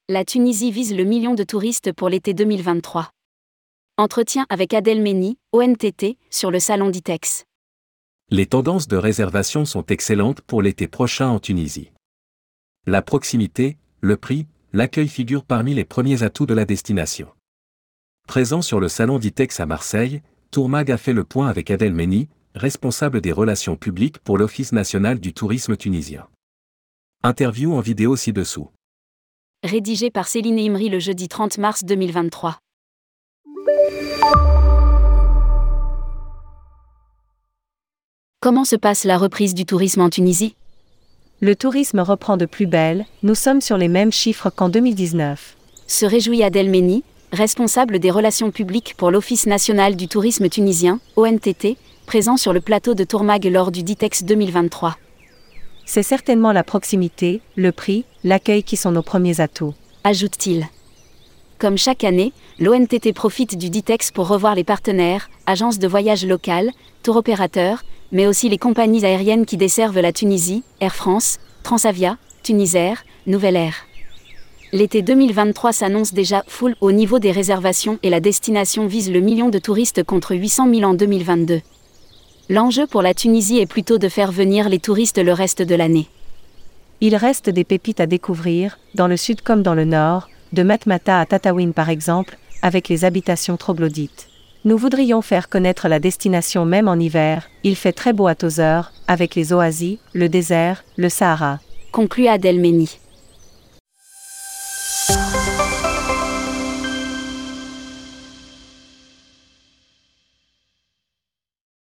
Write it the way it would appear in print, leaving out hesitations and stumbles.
La Tunisie vise le million de touristes pour l'été 2023. Entretien avec Adel Mehni, ONTT, sur le salon d'ITEX. Les tendances de réservation sont excellentes pour l'été prochain en Tunisie. La proximité, le prix, l'accueil figurent parmi les premiers atouts de la destination. Présent sur le salon d'ITEX à Marseille, Tourmag a fait le point avec Adel Mehni, responsable des relations publiques pour l'Office national du tourisme tunisien. Interview en vidéo ci-dessous. Rédigé par Céline Imri le jeudi 30 mars 2023. Comment se passe la reprise du tourisme en Tunisie ? Le tourisme reprend de plus belle, nous sommes sur les mêmes chiffres qu'en 2019. Se réjouit Adel Mehni, responsable des relations publiques pour l'Office national du tourisme tunisien, ONTT, présent sur le plateau de Tourmag lors du DITEX 2023. C'est certainement la proximité, le prix, l'accueil qui sont nos premiers atouts, ajoute-t-il. Comme chaque année, l'ONTT profite du DITEX pour revoir les partenaires, agences de voyage locales, tour opérateurs, mais aussi les compagnies aériennes qui desservent la Tunisie, Air France, Transavia, Tunisair, Nouvelle Air. L'été 2023 s'annonce déjà full au niveau des réservations et la destination vise le million de touristes contre 800 000 en 2022. L'enjeu pour la Tunisie est plutôt de faire venir les touristes le reste de l'année. Il reste des pépites à découvrir, dans le sud comme dans le nord, de Matmata à Tataouine par exemple, avec les habitations troglodytes. Nous voudrions faire connaître la destination même en hiver, il fait très beau à Tozeur, avec les oasis, le désert, le Sahara. Conclut Adel Mehni.